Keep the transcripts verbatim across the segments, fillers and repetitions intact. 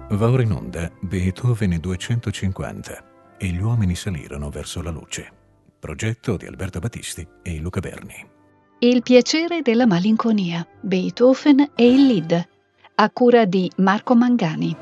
Va ora in onda Beethoven duecentocinquanta e gli uomini salirono verso la luce. Progetto di Alberto Battisti e Luca Berni. Il piacere della malinconia, Beethoven e il Lied, a cura di Marco Mangani.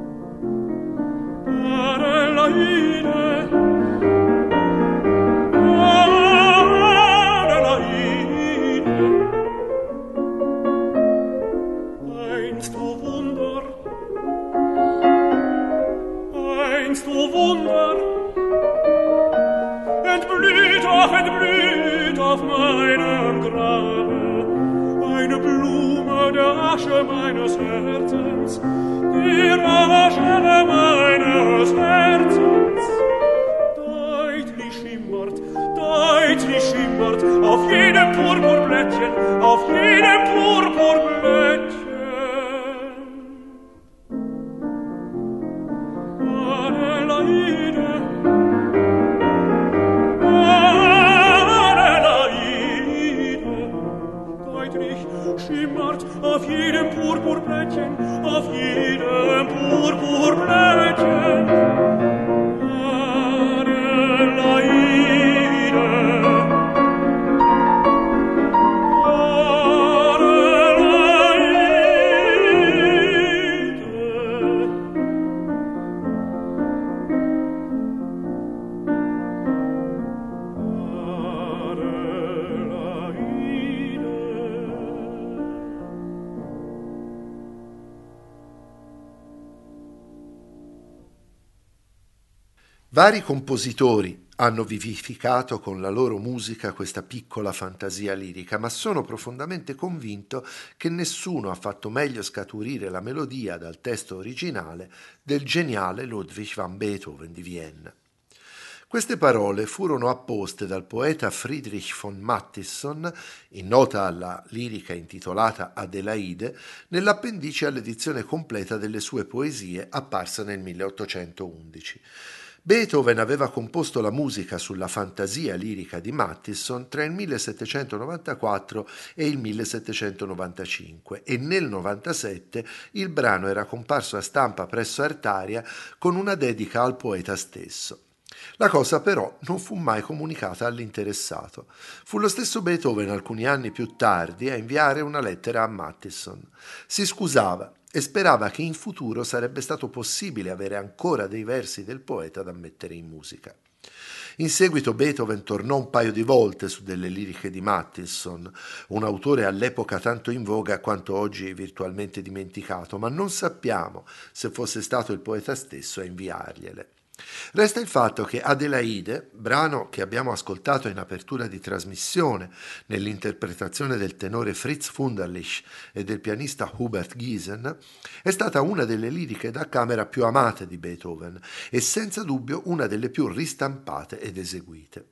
Adelaide, entblüht, ach, entblüht auf meinem Grabe eine Blume der Asche meines Herzens, der Asche meines Herzens. Deutlich schimmert, deutlich schimmert auf jedem Purpurblättchen, auf jedem Purpurblättchen. Adelaide, Adelaide, deutlich schimmert auf jedem Purpurblättchen, auf jedem Purpurblättchen. Vari compositori hanno vivificato con la loro musica questa piccola fantasia lirica, ma sono profondamente convinto che nessuno ha fatto meglio scaturire la melodia dal testo originale del geniale Ludwig van Beethoven di Vienna. Queste parole furono apposte dal poeta Friedrich von Mattisson, in nota alla lirica intitolata Adelaide, nell'appendice all'edizione completa delle sue poesie apparsa nel milleottocentoundici. Beethoven aveva composto la musica sulla fantasia lirica di Mattisson tra il millesettecentonovantaquattro e il millesettecentonovantacinque e nel novantasette il brano era comparso a stampa presso Artaria con una dedica al poeta stesso. La cosa però non fu mai comunicata all'interessato. Fu lo stesso Beethoven alcuni anni più tardi a inviare una lettera a Mattisson. Si scusava e sperava che in futuro sarebbe stato possibile avere ancora dei versi del poeta da mettere in musica. In seguito Beethoven tornò un paio di volte su delle liriche di Mattisson, un autore all'epoca tanto in voga quanto oggi virtualmente dimenticato, ma non sappiamo se fosse stato il poeta stesso a inviargliele. Resta il fatto che Adelaide, brano che abbiamo ascoltato in apertura di trasmissione nell'interpretazione del tenore Fritz Wunderlich e del pianista Hubert Giesen, è stata una delle liriche da camera più amate di Beethoven e senza dubbio una delle più ristampate ed eseguite.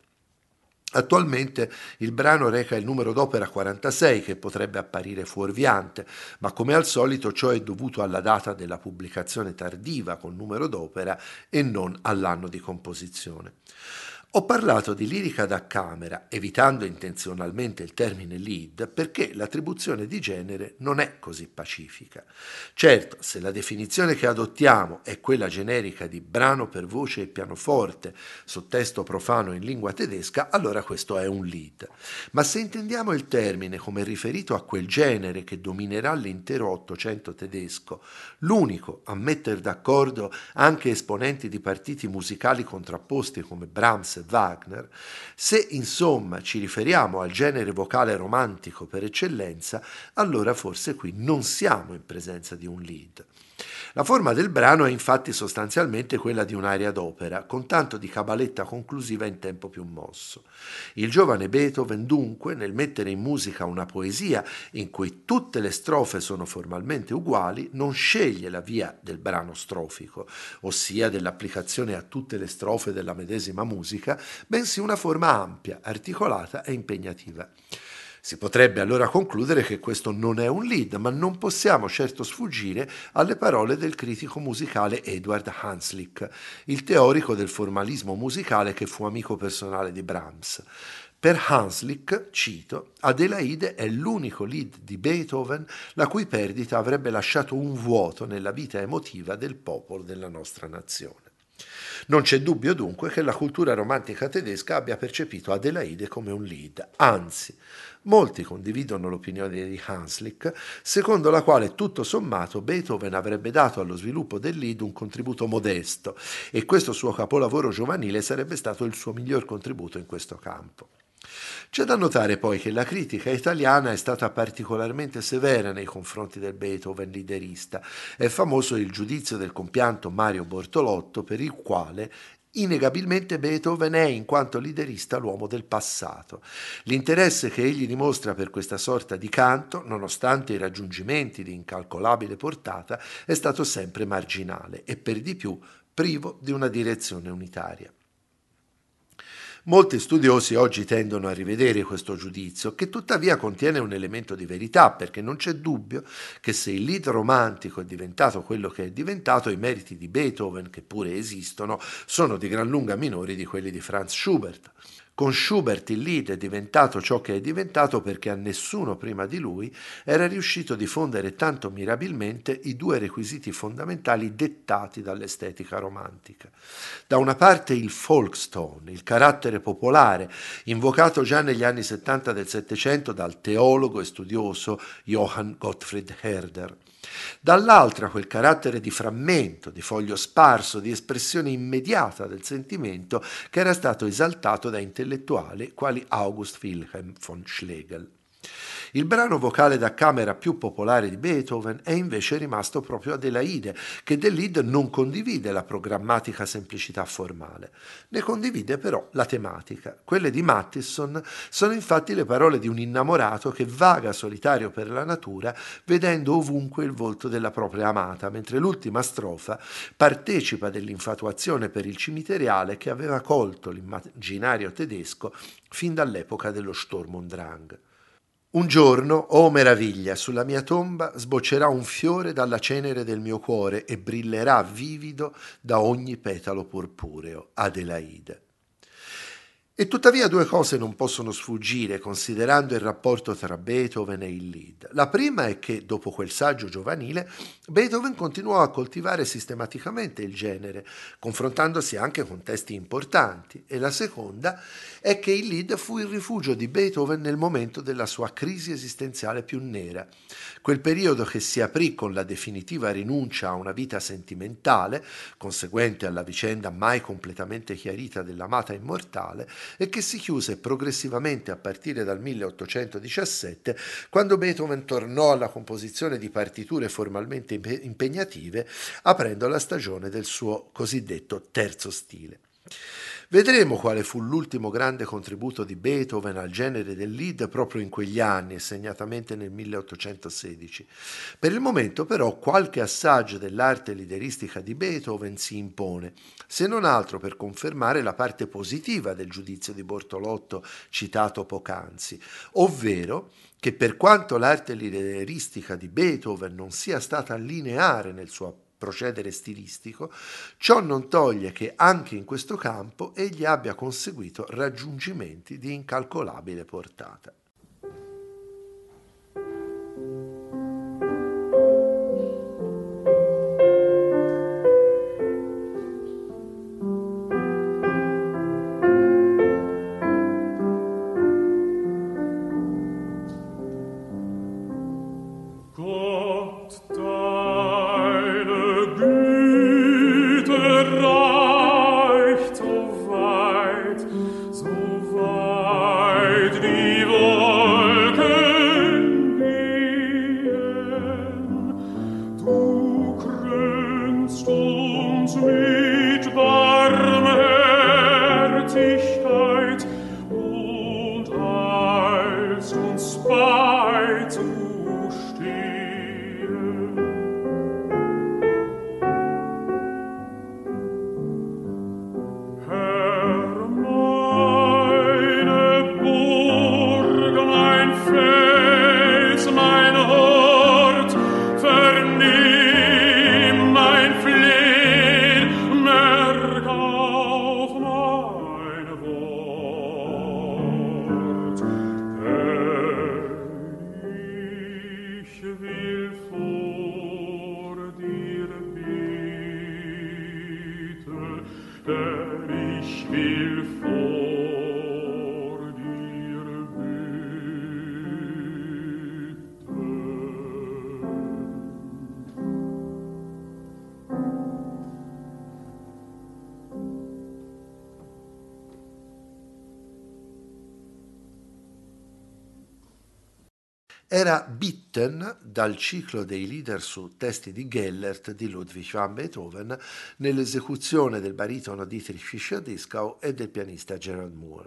Attualmente il brano reca il numero d'opera quarantasei, che potrebbe apparire fuorviante, ma come al solito ciò è dovuto alla data della pubblicazione tardiva col numero d'opera e non all'anno di composizione. Ho parlato di lirica da camera, evitando intenzionalmente il termine lead, perché l'attribuzione di genere non è così pacifica. Certo, se la definizione che adottiamo è quella generica di brano per voce e pianoforte su testo profano in lingua tedesca, allora questo è un lead. Ma se intendiamo il termine come riferito a quel genere che dominerà l'intero Ottocento tedesco, l'unico a mettere d'accordo anche esponenti di partiti musicali contrapposti come Brahms e Wagner, se insomma ci riferiamo al genere vocale romantico per eccellenza, allora forse qui non siamo in presenza di un lead. La forma del brano è infatti sostanzialmente quella di un'aria d'opera, con tanto di cabaletta conclusiva in tempo più mosso. Il giovane Beethoven, dunque, nel mettere in musica una poesia in cui tutte le strofe sono formalmente uguali, non sceglie la via del brano strofico, ossia dell'applicazione a tutte le strofe della medesima musica, bensì una forma ampia, articolata e impegnativa. Si potrebbe allora concludere che questo non è un lead, ma non possiamo certo sfuggire alle parole del critico musicale Eduard Hanslick, il teorico del formalismo musicale che fu amico personale di Brahms. Per Hanslick, cito, Adelaide è l'unico lead di Beethoven la cui perdita avrebbe lasciato un vuoto nella vita emotiva del popolo della nostra nazione. Non c'è dubbio dunque che la cultura romantica tedesca abbia percepito Adelaide come un lead, anzi, molti condividono l'opinione di Hanslick, secondo la quale tutto sommato Beethoven avrebbe dato allo sviluppo del lead un contributo modesto e questo suo capolavoro giovanile sarebbe stato il suo miglior contributo in questo campo. C'è da notare poi che la critica italiana è stata particolarmente severa nei confronti del Beethoven leaderista. È famoso il giudizio del compianto Mario Bortolotto per il quale Innegabilmente Beethoven è, in quanto liderista, l'uomo del passato. L'interesse che egli dimostra per questa sorta di canto, nonostante i raggiungimenti di incalcolabile portata, è stato sempre marginale e per di più privo di una direzione unitaria. Molti studiosi oggi tendono a rivedere questo giudizio, che tuttavia contiene un elemento di verità, perché non c'è dubbio che se il Lied romantico è diventato quello che è diventato, i meriti di Beethoven, che pure esistono, sono di gran lunga minori di quelli di Franz Schubert. Con Schubert il Lied è diventato ciò che è diventato perché a nessuno prima di lui era riuscito a diffondere tanto mirabilmente i due requisiti fondamentali dettati dall'estetica romantica. Da una parte il Volkstone, il carattere popolare, invocato già negli anni settanta del Settecento dal teologo e studioso Johann Gottfried Herder. Dall'altra quel carattere di frammento, di foglio sparso, di espressione immediata del sentimento che era stato esaltato da intellettuali quali August Wilhelm von Schlegel. Il brano vocale da camera più popolare di Beethoven è invece rimasto proprio Adelaide, che del Lied non condivide la programmatica semplicità formale. Ne condivide però la tematica. Quelle di Mattheson sono infatti le parole di un innamorato che vaga solitario per la natura, vedendo ovunque il volto della propria amata, mentre l'ultima strofa partecipa dell'infatuazione per il cimiteriale che aveva colto l'immaginario tedesco fin dall'epoca dello Sturm und Drang. Un giorno, oh meraviglia, sulla mia tomba sboccerà un fiore dalla cenere del mio cuore e brillerà vivido da ogni petalo purpureo. Adelaide. E tuttavia due cose non possono sfuggire considerando il rapporto tra Beethoven e il Lied. La prima è che, dopo quel saggio giovanile, Beethoven continuò a coltivare sistematicamente il genere, confrontandosi anche con testi importanti, e la seconda è che il Lied fu il rifugio di Beethoven nel momento della sua crisi esistenziale più nera, quel periodo che si aprì con la definitiva rinuncia a una vita sentimentale, conseguente alla vicenda mai completamente chiarita dell'amata immortale, e che si chiuse progressivamente a partire dal milleottocentodiciassette, quando Beethoven tornò alla composizione di partiture formalmente impegnative, aprendo la stagione del suo cosiddetto terzo stile. Vedremo quale fu l'ultimo grande contributo di Beethoven al genere del Lied proprio in quegli anni, e segnatamente nel milleottocentosedici. Per il momento però qualche assaggio dell'arte lideristica di Beethoven si impone, se non altro per confermare la parte positiva del giudizio di Bortolotto citato poc'anzi, ovvero che per quanto l'arte lideristica di Beethoven non sia stata lineare nel suo procedere stilistico, ciò non toglie che anche in questo campo egli abbia conseguito raggiungimenti di incalcolabile portata. Auf meine Wohnung Era Bitten dal ciclo dei lieder su testi di Gellert di Ludwig van Beethoven nell'esecuzione del baritono Dietrich Fischer-Dieskau e del pianista Gerald Moore.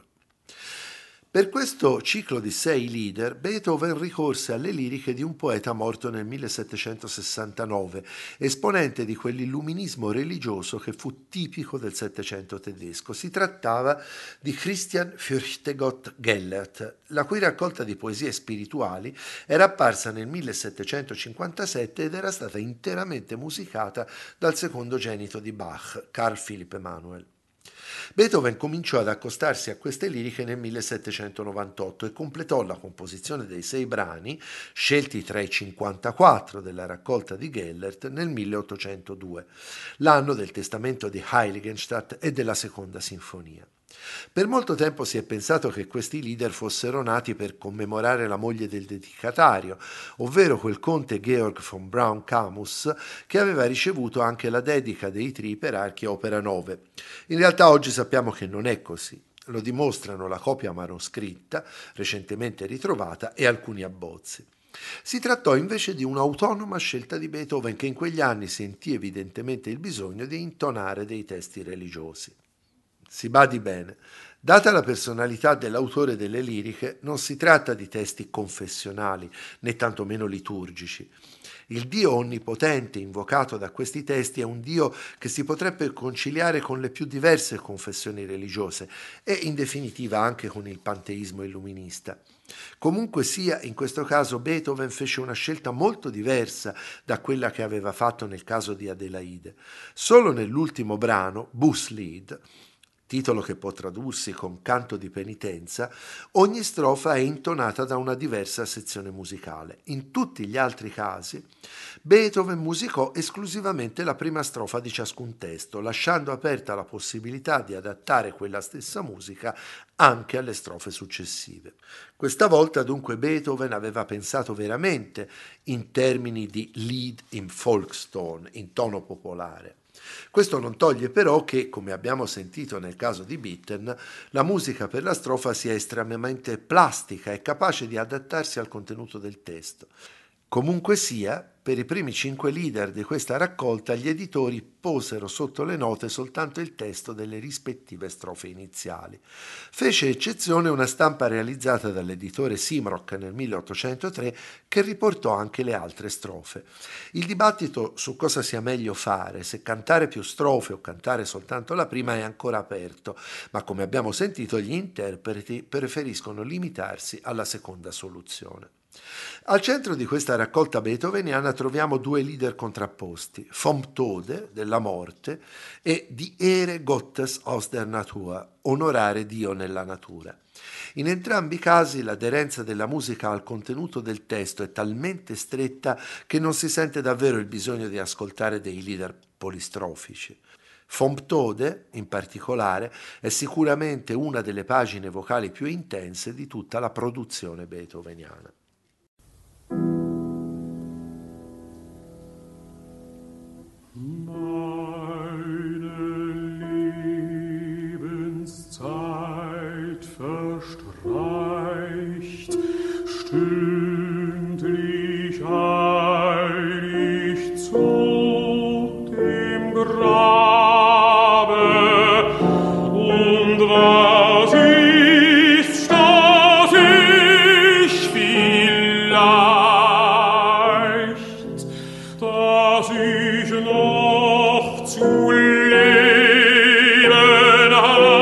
Per questo ciclo di sei lieder Beethoven ricorse alle liriche di un poeta morto nel millesettecentosessantanove, esponente di quell'illuminismo religioso che fu tipico del Settecento tedesco. Si trattava di Christian Fürchtegott Gellert, la cui raccolta di poesie spirituali era apparsa nel millesettecentocinquantasette ed era stata interamente musicata dal secondogenito di Bach, Carl Philipp Emanuel. Beethoven cominciò ad accostarsi a queste liriche nel millesettecentonovantotto e completò la composizione dei sei brani, scelti tra i cinquantaquattro della raccolta di Gellert, nel milleottocentodue, l'anno del testamento di Heiligenstadt e della seconda sinfonia. Per molto tempo si è pensato che questi lieder fossero nati per commemorare la moglie del dedicatario, ovvero quel conte Georg von Braun-Camus, che aveva ricevuto anche la dedica dei Trii per archi opera nove. In realtà oggi sappiamo che non è così. Lo dimostrano la copia manoscritta, recentemente ritrovata, e alcuni abbozzi. Si trattò invece di un'autonoma scelta di Beethoven, che in quegli anni sentì evidentemente il bisogno di intonare dei testi religiosi. Si badi bene, data la personalità dell'autore delle liriche, non si tratta di testi confessionali, né tantomeno liturgici. Il Dio onnipotente invocato da questi testi è un Dio che si potrebbe conciliare con le più diverse confessioni religiose e, in definitiva, anche con il panteismo illuminista. Comunque sia, in questo caso Beethoven fece una scelta molto diversa da quella che aveva fatto nel caso di Adelaide. Solo nell'ultimo brano, Bußlied, titolo che può tradursi con canto di penitenza, ogni strofa è intonata da una diversa sezione musicale. In tutti gli altri casi, Beethoven musicò esclusivamente la prima strofa di ciascun testo, lasciando aperta la possibilità di adattare quella stessa musica anche alle strofe successive. Questa volta dunque Beethoven aveva pensato veramente in termini di Lied im Volkston, in tono popolare. Questo non toglie però che, come abbiamo sentito nel caso di Bitten, la musica per la strofa sia estremamente plastica e capace di adattarsi al contenuto del testo. Comunque sia, per i primi cinque lieder di questa raccolta gli editori posero sotto le note soltanto il testo delle rispettive strofe iniziali. Fece eccezione una stampa realizzata dall'editore Simrock nel milleottocentotre che riportò anche le altre strofe. Il dibattito su cosa sia meglio fare, se cantare più strofe o cantare soltanto la prima, è ancora aperto, ma come abbiamo sentito gli interpreti preferiscono limitarsi alla seconda soluzione. Al centro di questa raccolta beethoveniana troviamo due lieder contrapposti, Vom Tode, della morte, e Die Ehre Gottes aus der Natur, onorare Dio nella natura. In entrambi i casi l'aderenza della musica al contenuto del testo è talmente stretta che non si sente davvero il bisogno di ascoltare dei lieder polistrofici. Vom Tode, in particolare, è sicuramente una delle pagine vocali più intense di tutta la produzione beethoveniana. Verstreicht stündlich eilig zu dem Grabe, und was ist, das ich vielleicht, dass ich noch zu leben habe.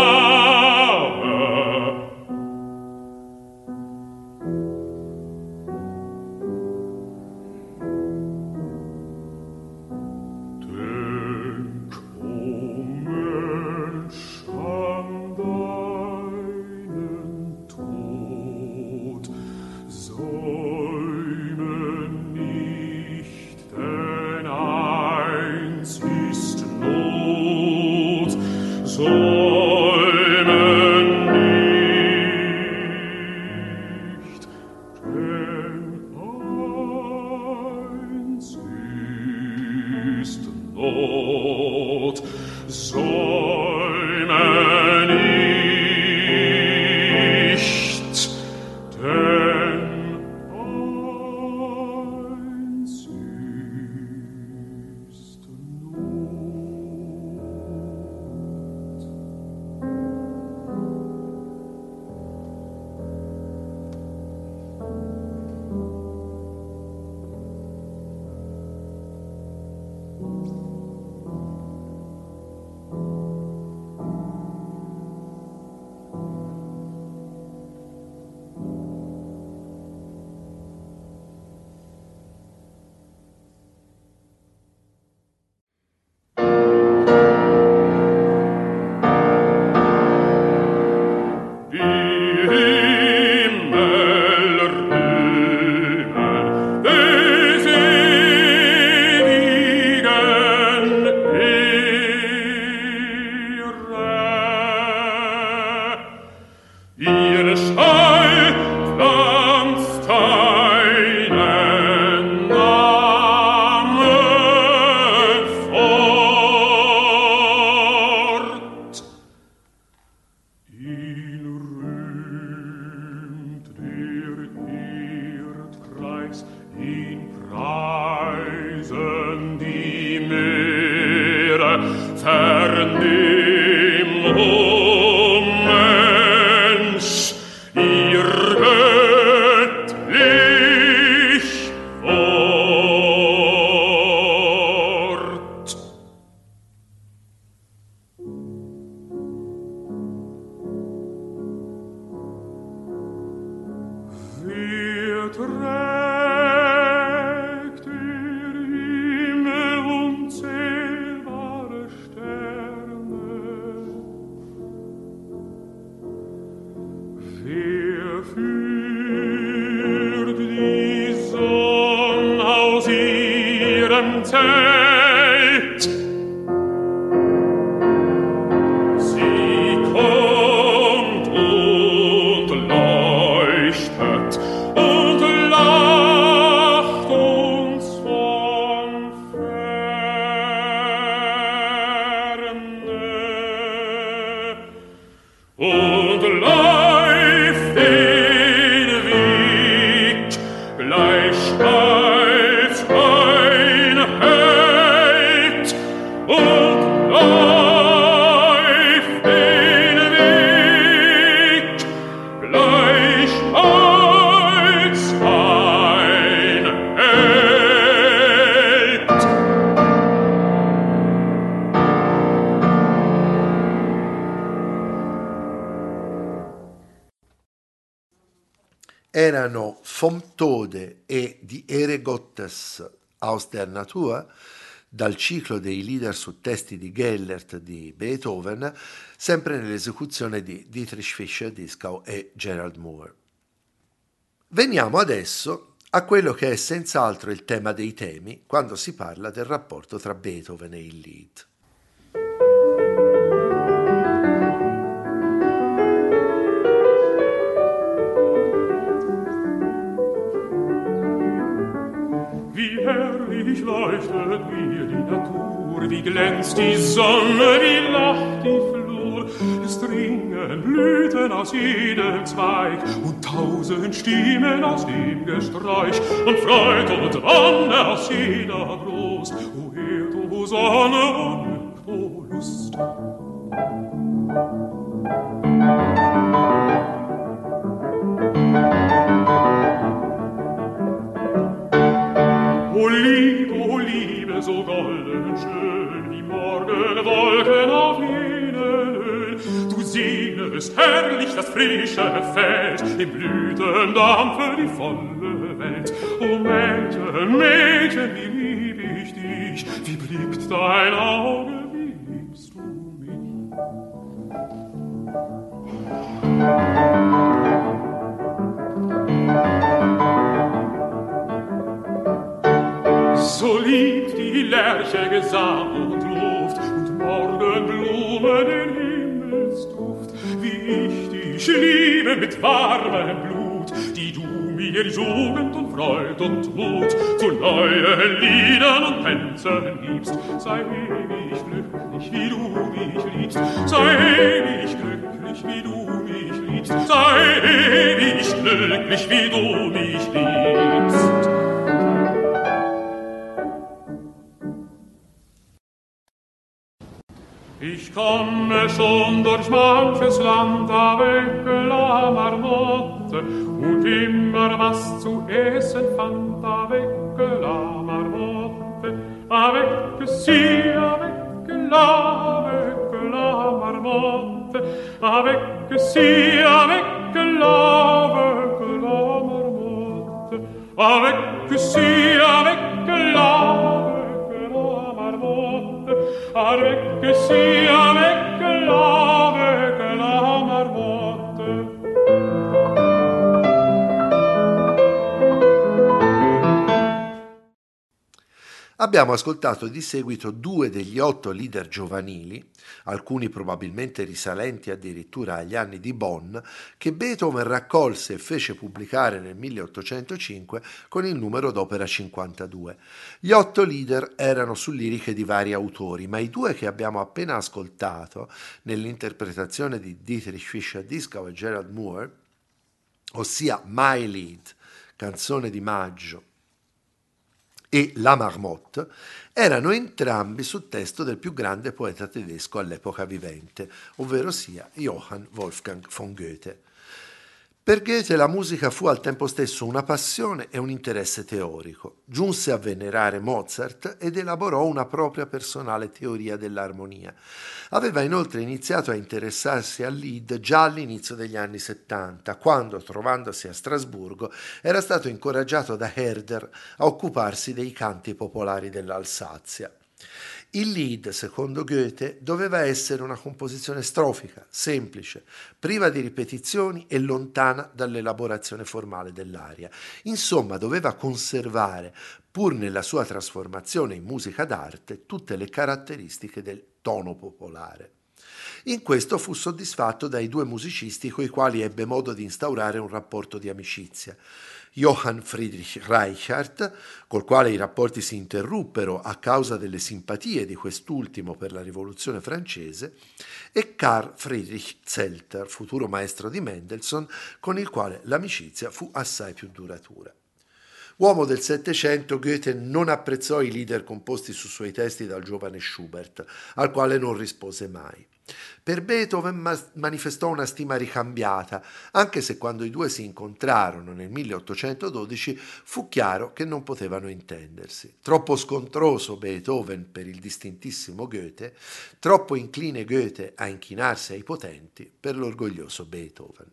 Erano Vom Tode e Die Ehre Gottes aus der Natur, dal ciclo dei Lieder su testi di Gellert di Beethoven, sempre nell'esecuzione di Dietrich Fischer-Dieskau e Gerald Moore. Veniamo adesso a quello che è senz'altro il tema dei temi quando si parla del rapporto tra Beethoven e il Lied. Wie herrlich leuchtet mir die Natur, wie glänzt die Sonne, wie lacht die Flur. Es dringen Blüten aus jedem Zweig und tausend Stimmen aus dem Gesträuch und Freude und Wonne aus jeder Brust. O Erd, o Sonne, o Glück, o Lust. O Liebe, o Liebe, so golden schön, wie Morgenwolken auf jenen Höhen. Du segnest herrlich das frische Feld, im Blütendampfe die volle Welt. O Mädchen, Mädchen, wie lieb ich dich, wie blickt dein Auge, wie liebst du mich? So liebt die Lerche Gesang und Luft und Morgenblume den Himmelsduft, wie ich dich liebe mit warmem Blut, die du mir Jugend und Freud und Mut zu neuen Liedern und Tänzen gibst. Sei ewig glücklich, wie du mich liebst, sei ewig glücklich, wie du mich liebst, sei ewig glücklich, wie du mich liebst. Ich komme schon durch manches Land, avec la Marmotte, und immer was zu essen fand, avec la Marmotte, avec si, avec la, avec la Marmotte, avec si, avec la, avec la Marmotte, avec si, avec la, avec la Marmotte, avec si, avec la, avec la Marmotte. Abbiamo ascoltato di seguito due degli otto leader giovanili, alcuni probabilmente risalenti addirittura agli anni di Bonn, che Beethoven raccolse e fece pubblicare nel milleottocentocinque con il numero d'opera cinquantadue. Gli otto leader erano su liriche di vari autori, ma i due che abbiamo appena ascoltato nell'interpretazione di Dietrich Fischer-Dieskau e Gerald Moore, ossia My Lied, canzone di maggio, e La Marmotte, erano entrambi sul testo del più grande poeta tedesco all'epoca vivente, ovvero sia Johann Wolfgang von Goethe. Per Goethe la musica fu al tempo stesso una passione e un interesse teorico. Giunse a venerare Mozart ed elaborò una propria personale teoria dell'armonia. Aveva inoltre iniziato a interessarsi al Lied già all'inizio degli anni settanta, quando, trovandosi a Strasburgo, era stato incoraggiato da Herder a occuparsi dei canti popolari dell'Alsazia. Il Lied, secondo Goethe, doveva essere una composizione strofica, semplice, priva di ripetizioni e lontana dall'elaborazione formale dell'aria. Insomma, doveva conservare, pur nella sua trasformazione in musica d'arte, tutte le caratteristiche del tono popolare. In questo fu soddisfatto dai due musicisti coi quali ebbe modo di instaurare un rapporto di amicizia. Johann Friedrich Reichardt, col quale i rapporti si interruppero a causa delle simpatie di quest'ultimo per la Rivoluzione francese, e Carl Friedrich Zelter, futuro maestro di Mendelssohn, con il quale l'amicizia fu assai più duratura. Uomo del Settecento, Goethe non apprezzò i lieder composti su suoi testi dal giovane Schubert, al quale non rispose mai. Per Beethoven ma- manifestò una stima ricambiata, anche se quando i due si incontrarono nel milleottocentododici fu chiaro che non potevano intendersi. Troppo scontroso Beethoven per il distintissimo Goethe, troppo incline Goethe a inchinarsi ai potenti per l'orgoglioso Beethoven.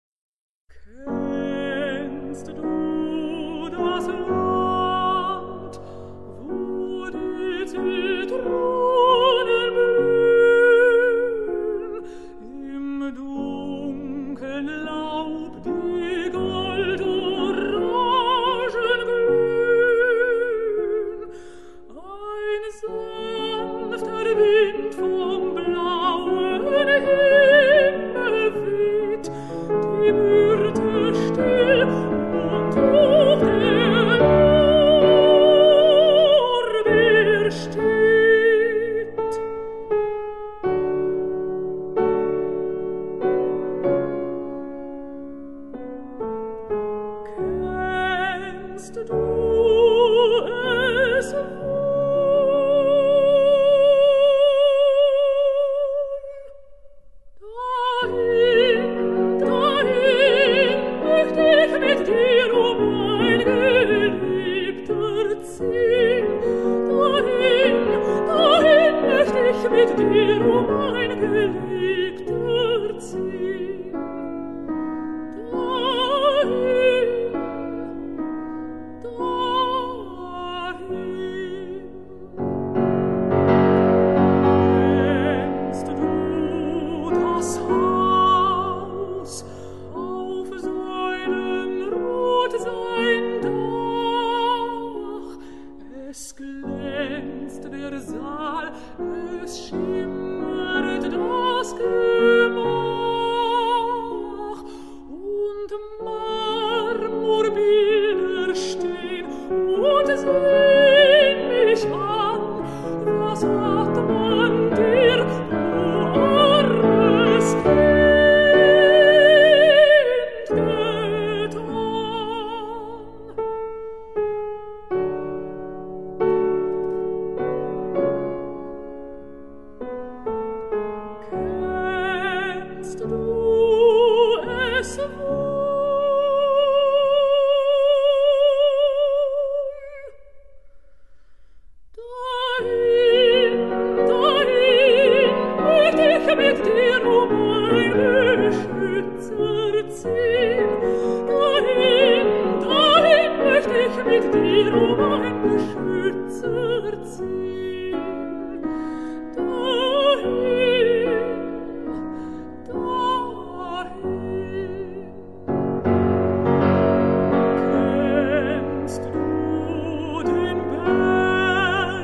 Kennst du das Land, wo die Zitronen blühen, im dunklen Laub die Goldorangen glühen, ein sanfter Wind vom blauen Himmel weht, die Myrte still und auch der Lorbeer steht. Kennst du es wohl? Dahin, dahin möcht ich mit dir, o mein Geliebter, ziehen. Dahin, dahin möcht ich mit dir, o mein Geliebter, ziehen. Dahin, dahin. Kennst du das Haus, auf Säulenrot sein Dach? Es glänzt der Saal, es schimmert das Gemach, und Marmorbilder stehen und sehn mich an. Was hat man dir, du armes Kind, getan? Kennst du es wohl? Dahin, dahin möcht ich mit dir, o mein Beschützer, ziehen. Dahin, dahin möcht ich mit dir, o mein Beschützer, ziehen. Dahin, dahin. Kennst du den Berg,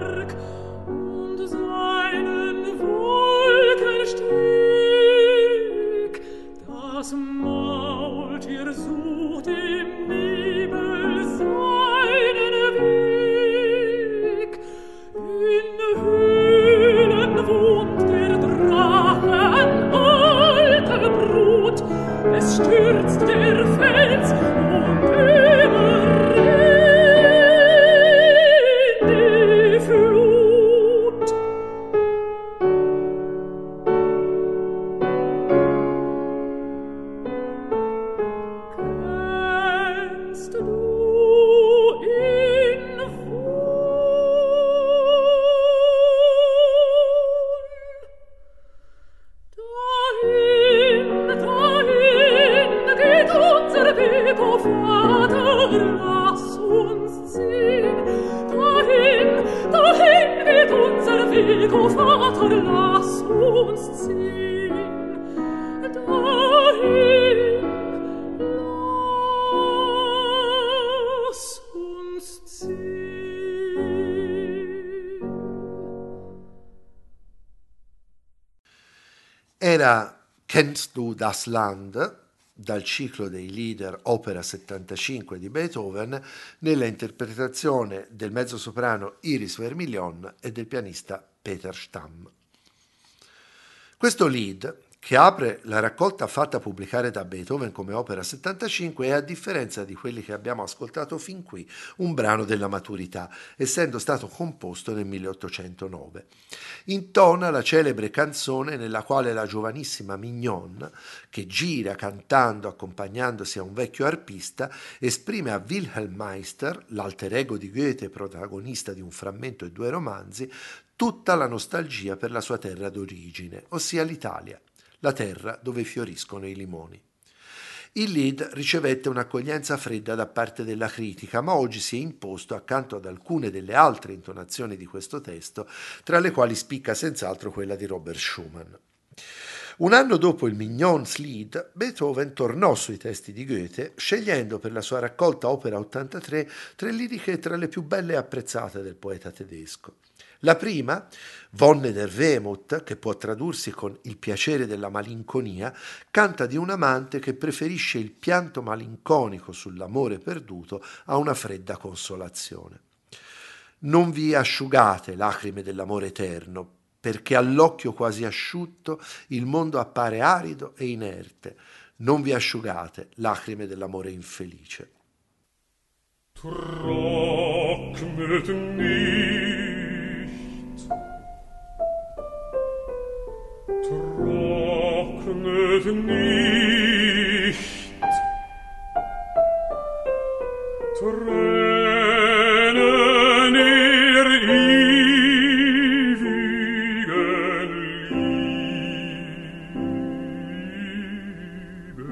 Das Maultier sucht im Nebel seinen Weg. In Höhlen wohnt der Drachen alte Brut. Es stürzt der Fels und überrennt die Flut. Kennst du ihn wohl? Dahin, dahin geht unser Weg, o Vater, lass uns ziehen. Dahin, dahin geht unser Weg, o Vater, lass uns ziehen. Dahin, lass uns ziehen. Era Kennst du das Land, dal ciclo dei Lieder opera settantacinque di Beethoven, nella interpretazione del mezzosoprano Iris Vermilion e del pianista Peter Stamm. Questo Lied, che apre la raccolta fatta pubblicare da Beethoven come opera settantacinque, è, a differenza di quelli che abbiamo ascoltato fin qui, un brano della maturità, essendo stato composto nel milleottocentonove. Intona la celebre canzone nella quale la giovanissima Mignon, che gira cantando accompagnandosi a un vecchio arpista, esprime a Wilhelm Meister, l'alter ego di Goethe, protagonista di Un frammento e due romanzi, tutta la nostalgia per la sua terra d'origine, ossia l'Italia, la terra dove fioriscono i limoni. Il Lied ricevette un'accoglienza fredda da parte della critica, ma oggi si è imposto accanto ad alcune delle altre intonazioni di questo testo, tra le quali spicca senz'altro quella di Robert Schumann. Un anno dopo il Mignon's Lied, Beethoven tornò sui testi di Goethe, scegliendo per la sua raccolta Opera ottantatré tre liriche tra le più belle e apprezzate del poeta tedesco. La prima, Wonne der Wehmut, che può tradursi con il piacere della malinconia, canta di un amante che preferisce il pianto malinconico sull'amore perduto a una fredda consolazione. Non vi asciugate, lacrime dell'amore eterno, perché all'occhio quasi asciutto il mondo appare arido e inerte. Non vi asciugate, lacrime dell'amore infelice. Trocknet nicht, trocknet nicht, Tränen ihr ewigen Liebe.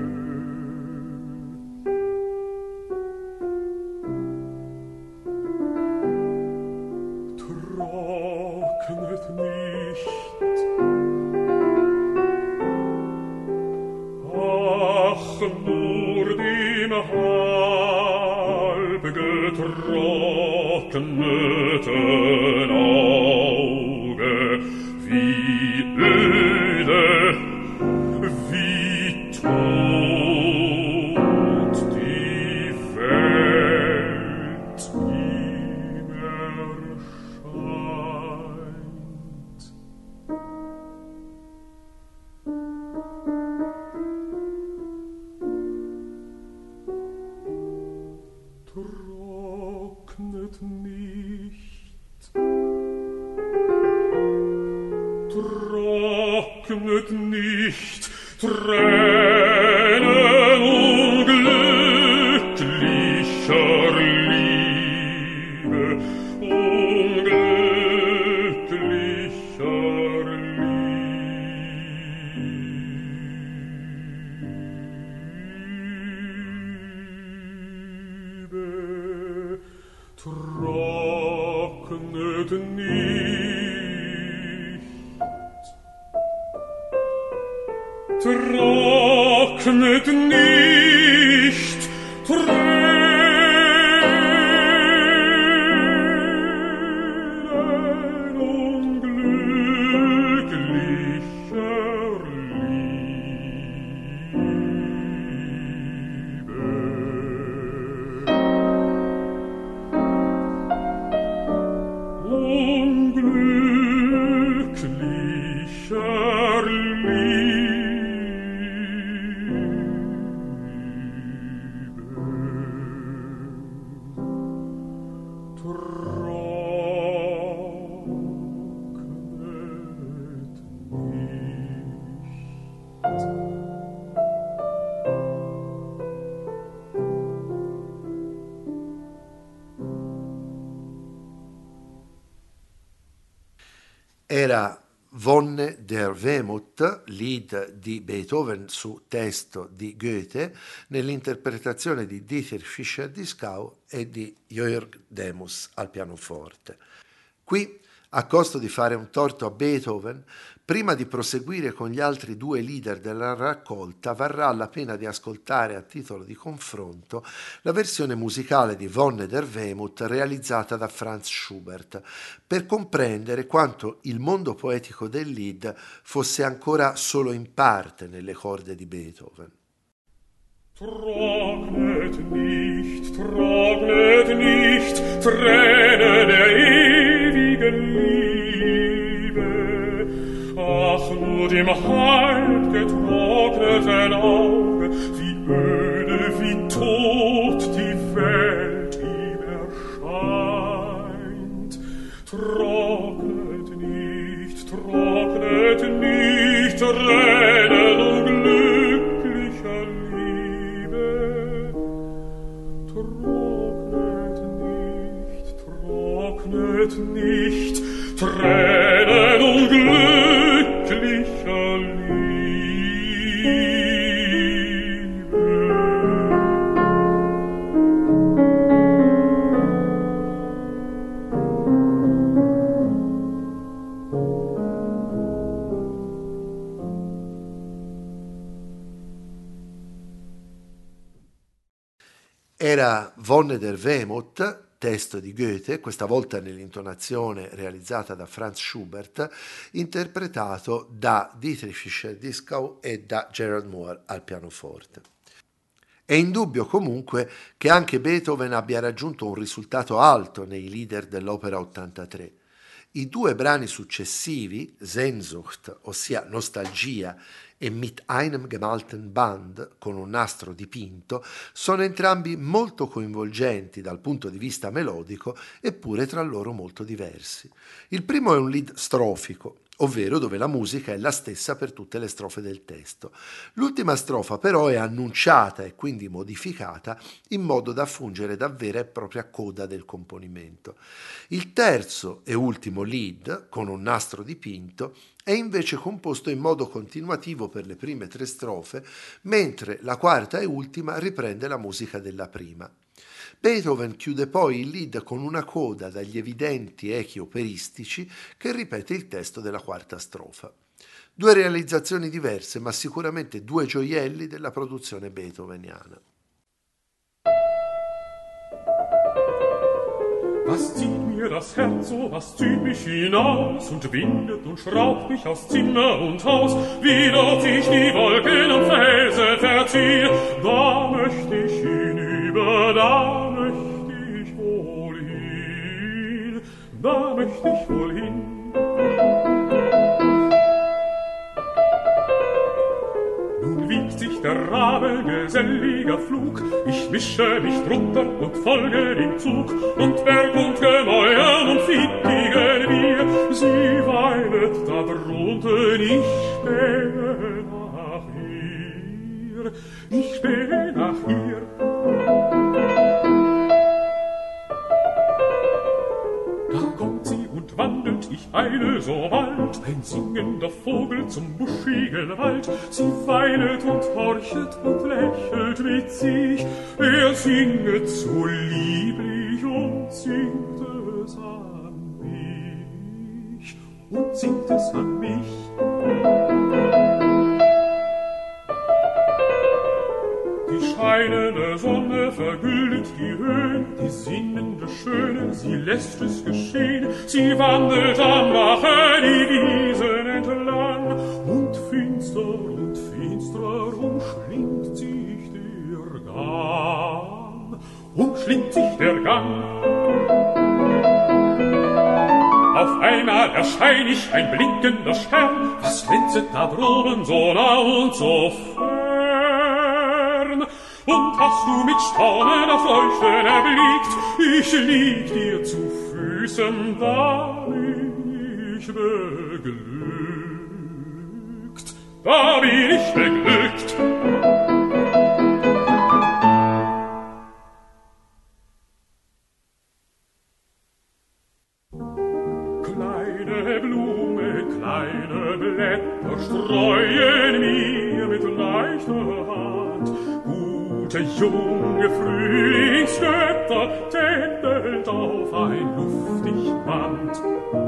Trocknet nicht, ach, nur dem halb getrockneten Auge, wie öde, wie tot die Welt ihm erscheint. Trocknet nicht, trocknet nicht, Tränen unglücklicher Liebe, unglücklicher Liebe. Trocknet nicht, trocknet nicht, Tränen unglücklicher Liebe. era Wonne der Wehmut, lead di Beethoven su testo di Goethe, nell'interpretazione di Dietrich Fischer-Dieskau e di Jörg Demus al pianoforte. Qui, a costo di fare un torto a Beethoven, prima di proseguire con gli altri due leader della raccolta, varrà la pena di ascoltare a titolo di confronto la versione musicale di Wonne der Wehmut realizzata da Franz Schubert, per comprendere quanto il mondo poetico del Lied fosse ancora solo in parte nelle corde di Beethoven. Trocknet nicht, trocknet nicht, Träne der ewigen Liebe. Ach, nur dem halb getrockneten Auge, wie öde, wie tot die Welt ihm erscheint. Trocknet nicht, trocknet nicht, Tränen unglücklicher Liebe. Trocknet nicht, trocknet nicht, Tränen unglücklicher Liebe. Era Wonne der Wehmut, testo di Goethe, questa volta nell'intonazione realizzata da Franz Schubert, interpretato da Dietrich Fischer-Dieskau e da Gerald Moore al pianoforte. È indubbio comunque che anche Beethoven abbia raggiunto un risultato alto nei leader dell'opera ottantatré. I due brani successivi, Sehnsucht, ossia Nostalgia, e Mit einem gemalten Band, con un nastro dipinto, sono entrambi molto coinvolgenti dal punto di vista melodico, eppure tra loro molto diversi. Il primo è un lead strofico, ovvero dove la musica è la stessa per tutte le strofe del testo. L'ultima strofa però è annunciata e quindi modificata in modo da fungere da vera e propria coda del componimento. Il terzo e ultimo lead, con un nastro dipinto, è invece composto in modo continuativo per le prime tre strofe, mentre la quarta e ultima riprende la musica della prima. Beethoven chiude poi il lead con una coda dagli evidenti echi operistici che ripete il testo della quarta strofa. Due realizzazioni diverse, ma sicuramente due gioielli della produzione beethoveniana. Was zieht mir das Herz so, was zieht mich hinaus und windet und schraubt mich aus Zimmer und Haus, wie dort ich die Wolken am Felsen verziehe, da möchte ich hinüber, da möchte ich wohl hin, da möchte ich wohl hin. Nun wiegt sich der Rabe geselliger Flug, ich mische mich drunter und folge dem Zug, und Berg und Gemäuer und Fittigen wir, sie weilet da drunten, ich spähe nach ihr, ich spähe nach ihr. Da kommt sie und wandelt, ich eile so bald, ein singender Vogel zum buschigen Wald. Sie weilet und horchet und lächelt mit sich, er singet so lieblich und singt es an mich, und singt es an mich. Die scheinende Sonne vergüldet die Höhen, die sinnende Schöne, sie lässt es geschehen. Sie wandelt am Bache die Wiesen entlang, und finster und finstrer umschlingt sich der Gang, umschlingt sich der Gang. Auf einmal erschein ich, ein blinkender Stern, was glänzet da droben so nah und so fern? Und hast du mit Staunen auf Leuchten erblickt, ich lieg dir zu Füßen, da bin ich beglückt, da bin ich beglückt. Kleine Blume rote junge Frühlingsgötter tändelt auf ein luftig Band.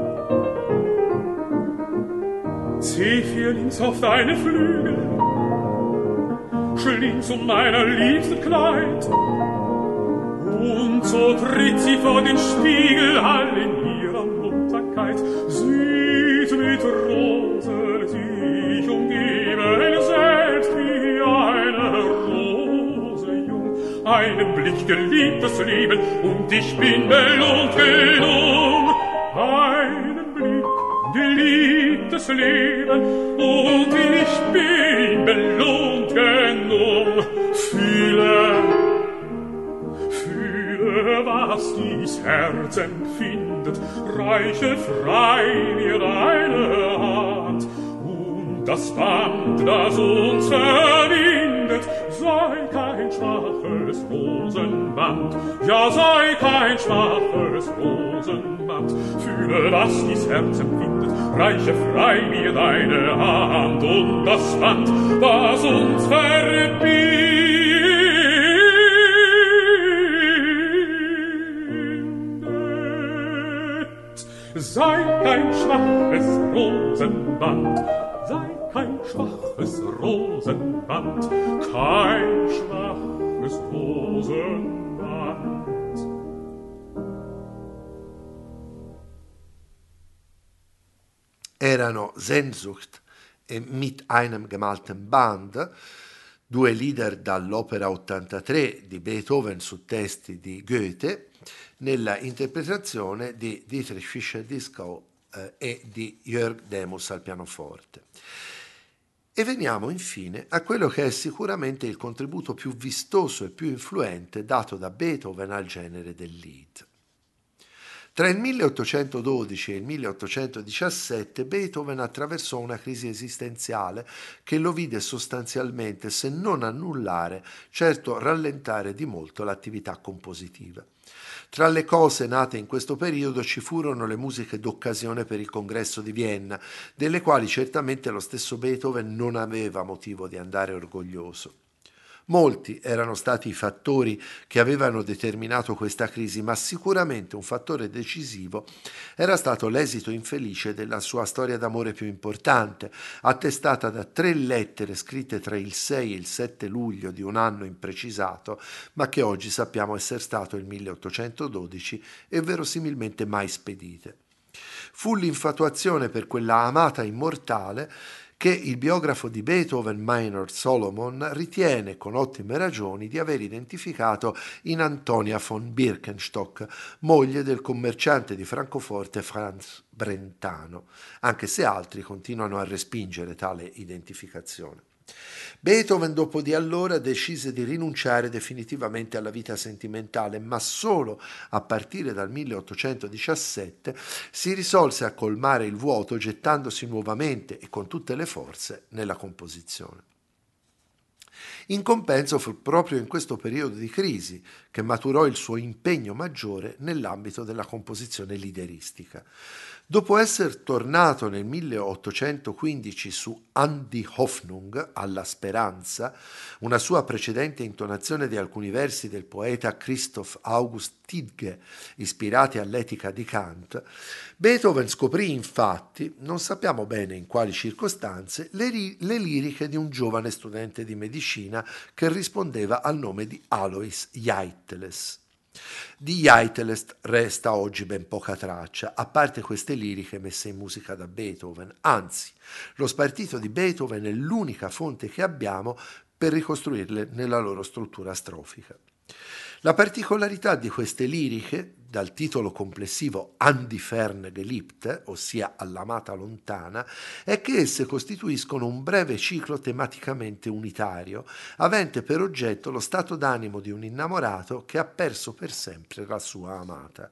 Zephyrlings auf deine Flügel, schlingst um meiner Liebsten Kleid, und so tritt sie vor den Spiegel all in ihrer Munterkeit. Süß mit Rosen sich umgeben, selbst wie eine Rose jung. Einen Blick geliebtes Leben, und ich bin belohnt genug. Einen Blick geliebtes Leben, und ich bin belohnt genug. Fühle, fühle, was dies Herz empfindet, reiche frei mir deine Hand, und das Band, das uns verbindet, sei kein schwaches Rosenband, ja, sei kein schwaches Rosenband. Fühle, was dies Herz empfindet, reiche frei mir deine Hand, und das Band, das uns verbindet, sei kein schwaches Rosenband, sei kein schwaches Rosenband, kein schwaches Rosenband. Erano Sehnsucht e Mit einem gemalten Band, due leader dall'opera ottantatré di Beethoven su testi di Goethe, nella interpretazione di Dietrich Fischer-Dieskau eh, e di Jörg Demus al pianoforte. E veniamo infine a quello che è sicuramente il contributo più vistoso e più influente dato da Beethoven al genere del lied. Tra il milleottocentododici e il milleottocentodiciassette Beethoven attraversò una crisi esistenziale che lo vide sostanzialmente, se non annullare, certo rallentare di molto l'attività compositiva. Tra le cose nate in questo periodo ci furono le musiche d'occasione per il congresso di Vienna, delle quali certamente lo stesso Beethoven non aveva motivo di andare orgoglioso. Molti erano stati i fattori che avevano determinato questa crisi, ma sicuramente un fattore decisivo era stato l'esito infelice della sua storia d'amore più importante, attestata da tre lettere scritte tra il sei e il sette luglio di un anno imprecisato, ma che oggi sappiamo essere stato il milleottocentododici e verosimilmente mai spedite. Fu l'infatuazione per quella amata immortale che il biografo di Beethoven, Meinhard Solomon, ritiene con ottime ragioni di aver identificato in Antonia von Birkenstock, moglie del commerciante di Francoforte Franz Brentano, anche se altri continuano a respingere tale identificazione. Beethoven dopo di allora decise di rinunciare definitivamente alla vita sentimentale, ma solo a partire dal milleottocentodiciassette si risolse a colmare il vuoto gettandosi nuovamente e con tutte le forze nella composizione. In compenso fu proprio in questo periodo di crisi che maturò il suo impegno maggiore nell'ambito della composizione lideristica. Dopo essere tornato nel milleottocentoquindici su An die Hoffnung, alla speranza, una sua precedente intonazione di alcuni versi del poeta Christoph August Tidge, ispirati all'Etica di Kant, Beethoven scoprì infatti, non sappiamo bene in quali circostanze, le, ri- le liriche di un giovane studente di medicina che rispondeva al nome di Alois Jaiteles. Di Jaiteles resta oggi ben poca traccia, a parte queste liriche messe in musica da Beethoven. Anzi, lo spartito di Beethoven è l'unica fonte che abbiamo per ricostruirle nella loro struttura strofica. La particolarità di queste liriche, dal titolo complessivo An die ferne Geliebte, ossia all'amata lontana, è che esse costituiscono un breve ciclo tematicamente unitario, avente per oggetto lo stato d'animo di un innamorato che ha perso per sempre la sua amata.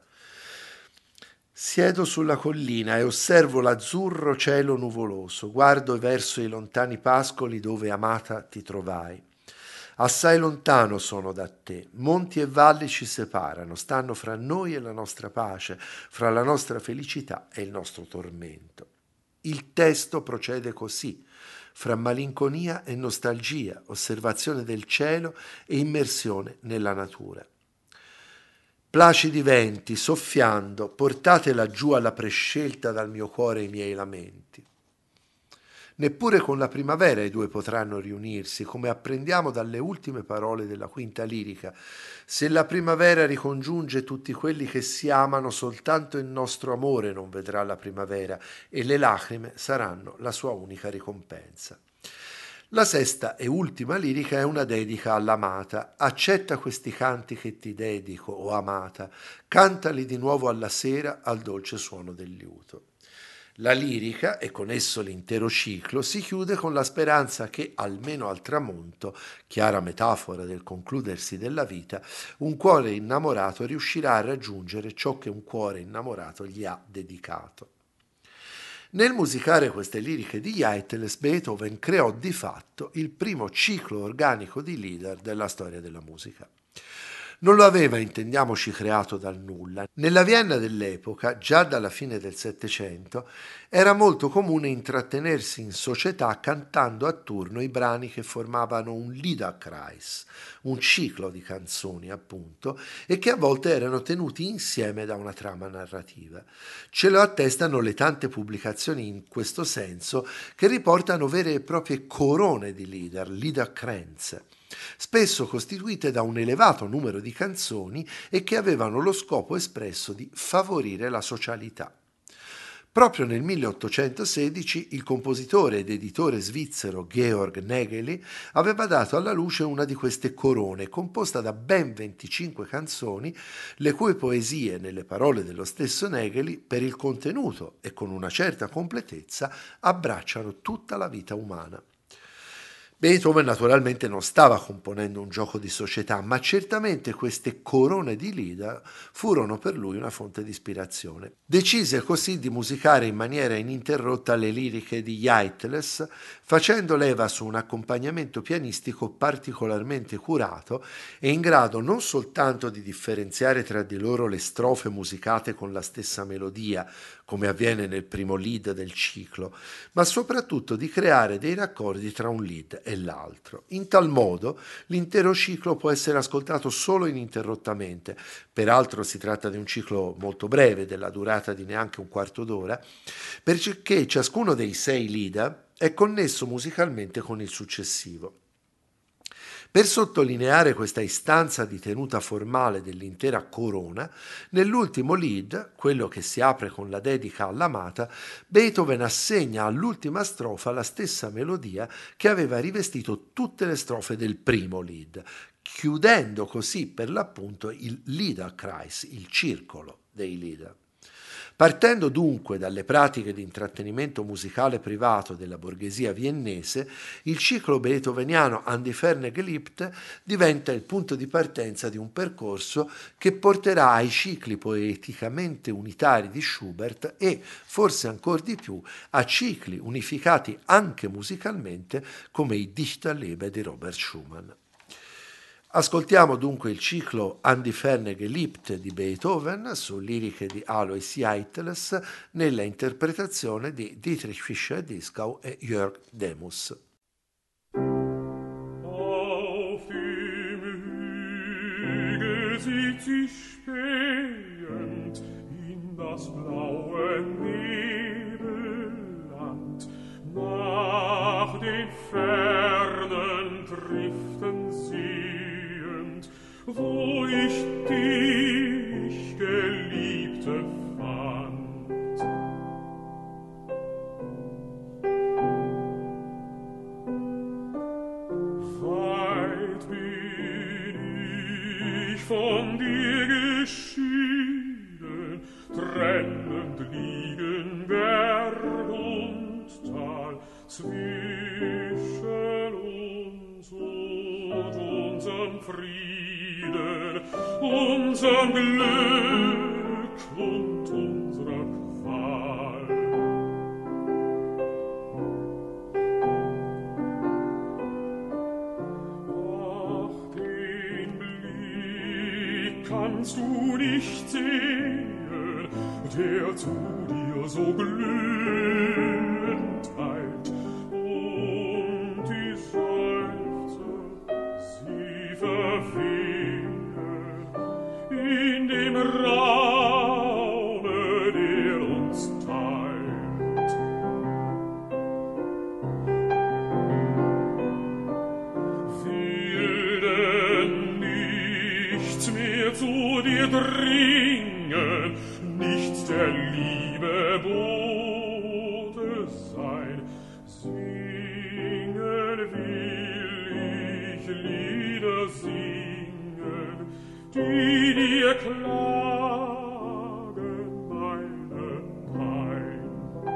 Siedo sulla collina e osservo l'azzurro cielo nuvoloso, guardo verso i lontani pascoli dove, amata, ti trovai. Assai lontano sono da te, monti e valli ci separano, stanno fra noi e la nostra pace, fra la nostra felicità e il nostro tormento. Il testo procede così. fra malinconia e nostalgia, osservazione del cielo e immersione nella natura. Placidi venti, soffiando, portate laggiù alla prescelta dal mio cuore i miei lamenti. Neppure con la primavera i due potranno riunirsi, come apprendiamo dalle ultime parole della quinta lirica. Se la primavera ricongiunge tutti quelli che si amano, soltanto il nostro amore non vedrà la primavera e le lacrime saranno la sua unica ricompensa. La sesta e ultima lirica è una dedica all'amata. Accetta questi canti che ti dedico, o amata, cantali di nuovo alla sera al dolce suono del liuto. La lirica, e con esso l'intero ciclo, si chiude con la speranza che, almeno al tramonto, chiara metafora del concludersi della vita, un cuore innamorato riuscirà a raggiungere ciò che un cuore innamorato gli ha dedicato. Nel musicare queste liriche di Haitles, Beethoven creò di fatto il primo ciclo organico di Lieder della storia della musica. Non lo aveva, intendiamoci, creato dal nulla. Nella Vienna dell'epoca, già dalla fine del Settecento, era molto comune intrattenersi in società cantando a turno i brani che formavano un Liederkreis, un ciclo di canzoni, appunto, e che a volte erano tenuti insieme da una trama narrativa. Ce lo attestano le tante pubblicazioni in questo senso che riportano vere e proprie corone di Lieder, Liederkranz, spesso costituite da un elevato numero di canzoni e che avevano lo scopo espresso di favorire la socialità. Proprio nel milleottocentosedici il compositore ed editore svizzero Georg Nägeli aveva dato alla luce una di queste corone, composta da ben venticinque canzoni, le cui poesie, nelle parole dello stesso Nägeli, per il contenuto e con una certa completezza, abbracciano tutta la vita umana. Beethoven naturalmente non stava componendo un gioco di società, ma certamente queste corone di Lieder furono per lui una fonte di ispirazione. Decise così di musicare in maniera ininterrotta le liriche di Haitles, facendo leva su un accompagnamento pianistico particolarmente curato e in grado non soltanto di differenziare tra di loro le strofe musicate con la stessa melodia, come avviene nel primo lead del ciclo, ma soprattutto di creare dei raccordi tra un lead e l'altro. In tal modo l'intero ciclo può essere ascoltato solo ininterrottamente, peraltro si tratta di un ciclo molto breve, della durata di neanche un quarto d'ora, perché ciascuno dei sei lead è connesso musicalmente con il successivo. Per sottolineare questa istanza di tenuta formale dell'intera corona, nell'ultimo lead, quello che si apre con la dedica all'amata, Beethoven assegna all'ultima strofa la stessa melodia che aveva rivestito tutte le strofe del primo lead, chiudendo così per l'appunto il Liederkreis, il circolo dei Lieder. Partendo dunque dalle pratiche di intrattenimento musicale privato della borghesia viennese, il ciclo beethoveniano An die Ferne geliebt diventa il punto di partenza di un percorso che porterà ai cicli poeticamente unitari di Schubert e, forse ancor di più, a cicli unificati anche musicalmente come i Dichterlebe di Robert Schumann. Ascoltiamo dunque il ciclo An die Ferne geliebt di Beethoven su liriche di Alois Haitles nella interpretazione di Dietrich Fischer-Dieskau e Jörg Demus. Auf dem Hügel sieht sie spähend in das blaue Nebelland, nach den fernen Driften sehend, wo ich dich, Geliebte, fand. Weit bin ich von dir geschieden, trennend liegen Berg und Tal, zwischen uns und unserem Frieden, unserem Glück und unserer Qual. Ach, den Blick kannst du nicht sehen, der zu dir so glühend eilt. Oh, Wehen in dem Raume, der uns teilt. Will denn nichts mehr zu dir dringen, nichts der Liebe Bote sein. Singen will ich Lieder singen, die dir klagen meine Pein.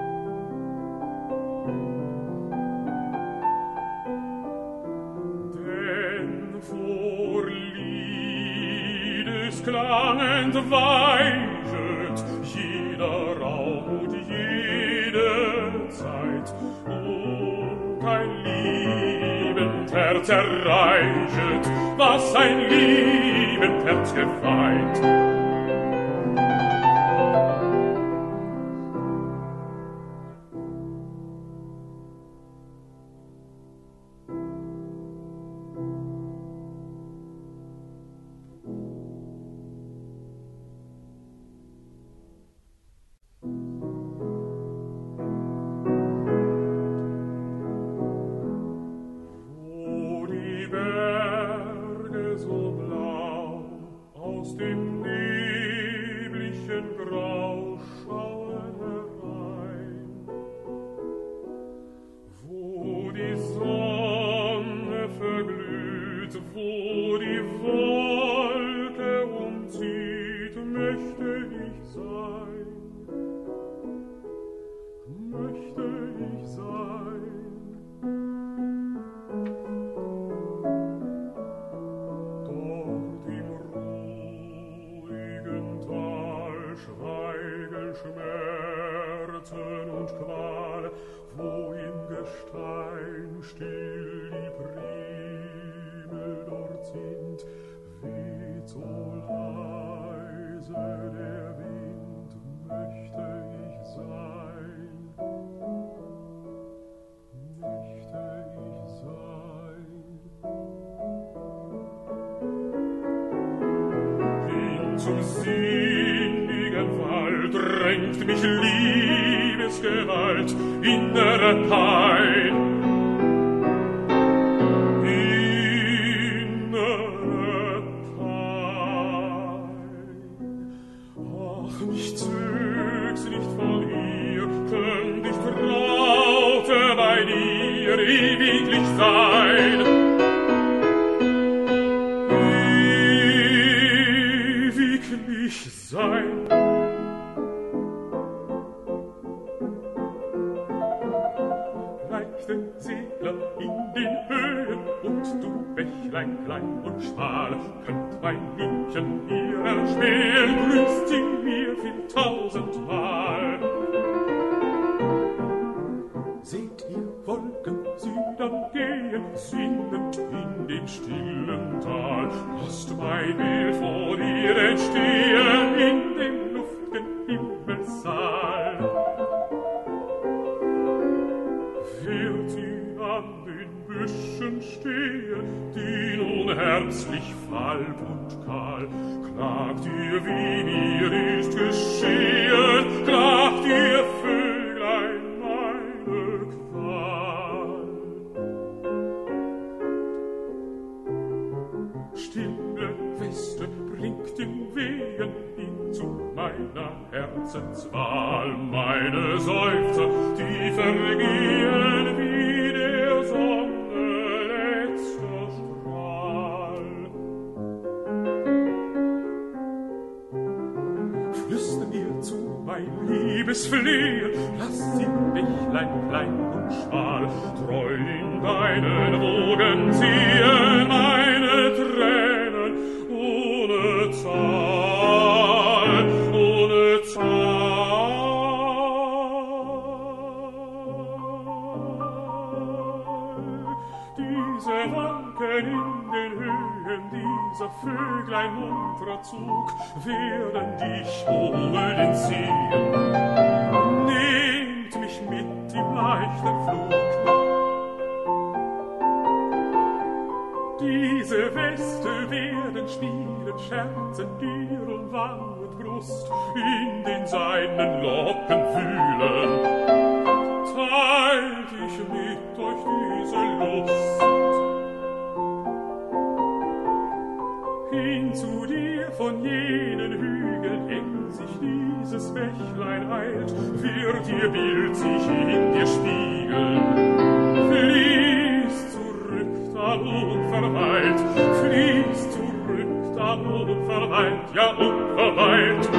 Denn vor Liedesklang entweichet jeder Raum und jede Zeit, und kein liebend Herz erreichet, was ein liebend Herz gefeit. Zum sinnigen Wald drängt mich Liebesgewalt, innere Pein. Innere Pein. Ach, mich zög's nicht von ihr, könnt ich traute bei dir ewiglich sein. Sein. Leichte Segler in den Höhen und du Bächlein klein und schmal, könnt mein Liebchen hier erspähen, grüßt sie mir viel tausendmal. Seht ihr Wolken sie dann gehen, singend in dem stillen Tal, lasst mein Bild vor dir entstehen in dem luftigen Himmelssaal. Wird sie an den Büschen stehen, die nun herzlich falb und kahl, klagt ihr, wie mir ist geschehen, klagt ihr Vöglein meine Qual. Stille Weste bringt den Wehen hin zu meiner Herzenswahl, meine Seufzer, die vergehen wie der Sonne letzter Strahl. Flüster mir zu, mein Liebesflehen, lass sie Bächlein klein und schmal, treu in deinen Wogen ziehen meine Tränen ohne Zahl, ohne Zahl. Diese Wolken in den Höhen, dieser Vöglein munterer Zug werden dich holen ziehen. Nehmt mich mit im leichten Flug. Diese diese Weste werden spielen, scherzen dir um Wangen und Brust, in den seinen Locken wühlen. Teilt ich mit euch diese Lust. Hin zu dir von jenen Hügeln, eng sich dieses Bächlein eilt, wird ihr Bild sich in dir spiegeln. Fließt zurück, dann unverweilt, fließt zurück, dann unverweilt, ja unverweilt.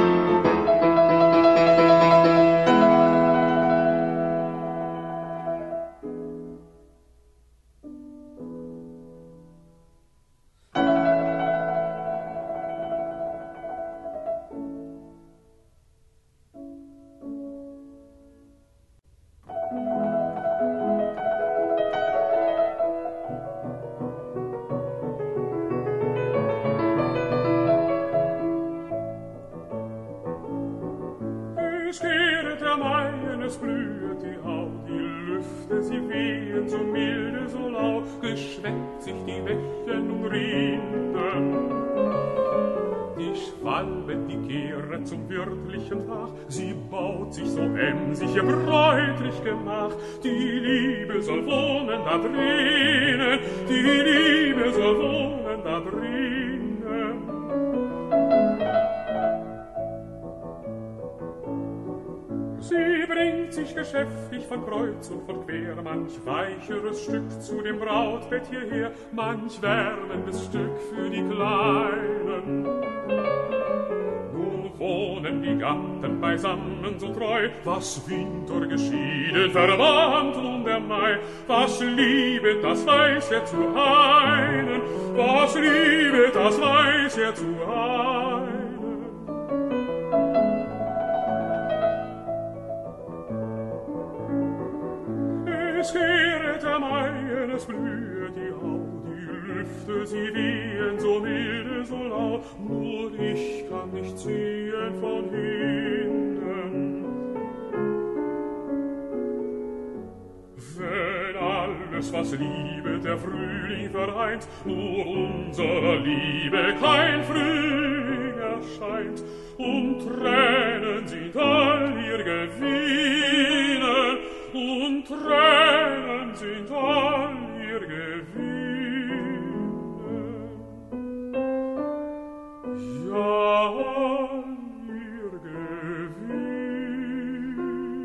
Es kehret der Mai, es blühet die Haut, die Lüfte, sie wehen so milde, so lau, geschweckt sich die Wächten um Rinden. Die Schwalbe, die kehret zum wirtlichen Fach, sie baut sich so emsig ihr bräutlich Gemach. Die Liebe soll wohnen da drinnen, die Liebe soll wohnen da drinnen. Sie bringt sich geschäftig von Kreuz und von Quer, manch weicheres Stück zu dem Brautbett hierher, manch wärmendes Stück für die Kleinen. Nun wohnen die Gatten beisammen so treu, was Winter geschieden, verwandt nun der Mai. Was liebet, das weiß er zu einen, was liebet, das weiß er zu einen. Es kehret der Mai, es blühet die Haut, die Lüfte, sie wehen so milde, so lau, nur ich kann nicht sehen von hinnen. Wenn alles, was Liebe der Frühling vereint, nur unserer Liebe kein Frühling erscheint, und Tränen sind all ihr Gewinnen, und Tränen sind all ihr Gewinnen. Ja, all ihr Gewinnen.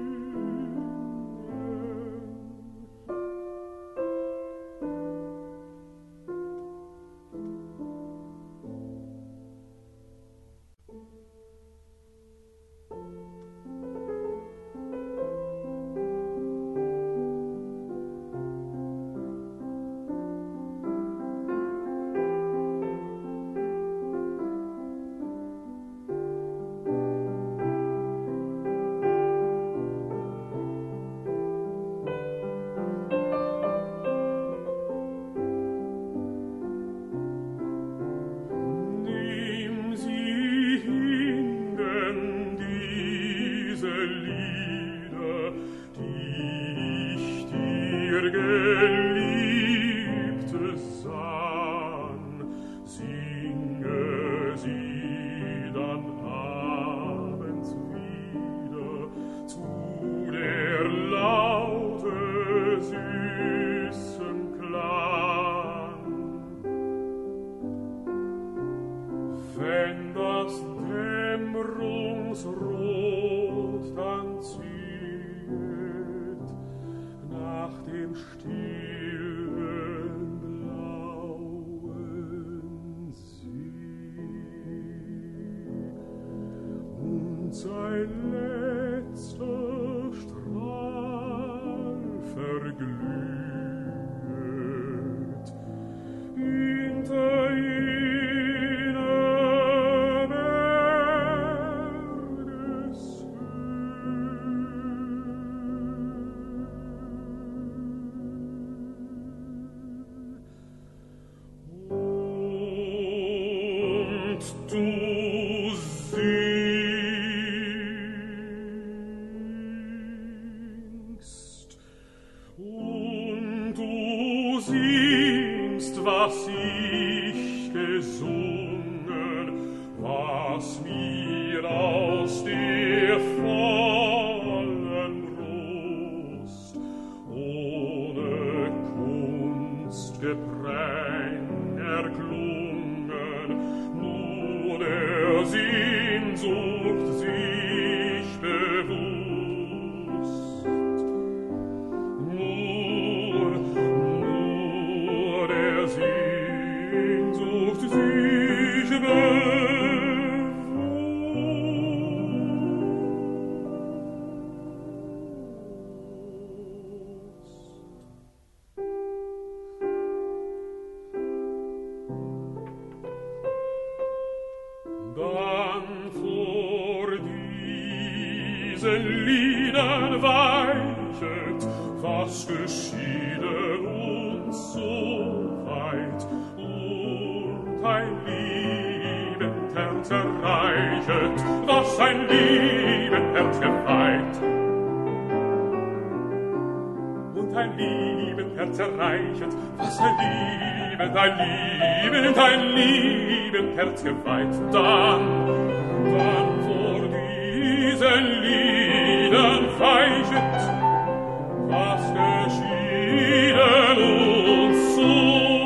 Geliebte sang, singe sie dann abends wieder zu der laute, süßen Klang. Wenn das Dämmerungsrot dann zieht nach dem stillen blauen See und sein letzter Strahl verglüht hinter jener du singst, und du singst, was sie erklungen, was mir aus der vollen Brust ohne Kunstgepränk erklungen, nur der Sehnsucht sich bewusst. Nur, nur der Sehnsucht sich bewusst. Dann vor diesen Liedern weichet, was geschieden uns so weit, und ein liebend Herz erreichet, was ein liebend Herz gefeit. Und ein liebend Herz erreichet, was ein liebend, ein liebend, ein liebend Herz gefeit. Dann, dann vor diesen Liedern weichet, was geschieden uns so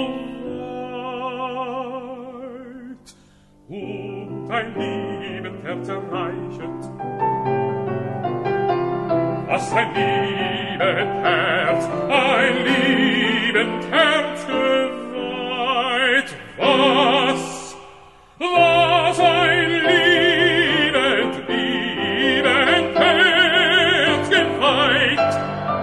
weit. Und ein liebend Herz erreichet, was ein liebend Herz, ein liebend Herz geweiht. Was, was ein liebend, liebend Herz geweiht.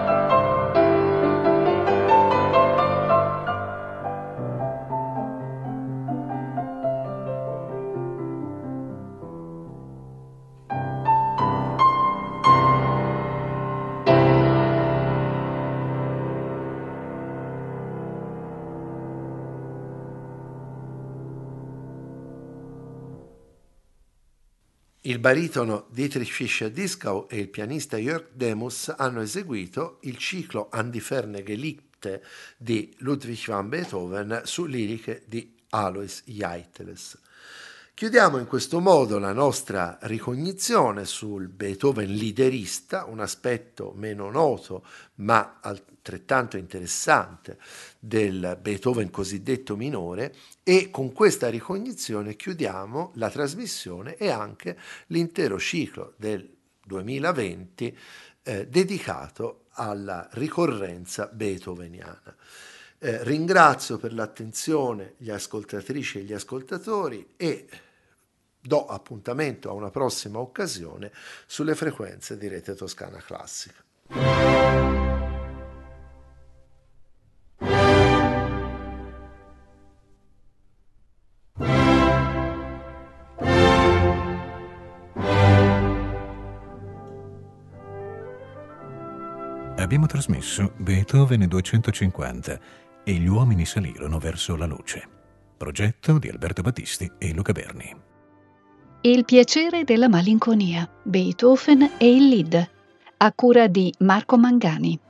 Il baritono Dietrich Fischer-Dieskau e il pianista Jörg Demus hanno eseguito il ciclo An die ferne Geliebte di Ludwig van Beethoven su liriche di Alois Jayteles. Chiudiamo in questo modo la nostra ricognizione sul Beethoven liderista, un aspetto meno noto ma altrettanto interessante del Beethoven cosiddetto minore, e con questa ricognizione chiudiamo la trasmissione e anche l'intero ciclo del duemilaventi eh, dedicato alla ricorrenza beethoveniana. Eh, ringrazio per l'attenzione gli ascoltatrici e gli ascoltatori e do appuntamento a una prossima occasione sulle frequenze di Rete Toscana Classica. Abbiamo trasmesso Beethoven duecentocinquanta e gli uomini salirono verso la luce. Progetto di Alberto Battisti e Luca Berni. Il piacere della malinconia, Beethoven e il Lied, a cura di Marco Mangani.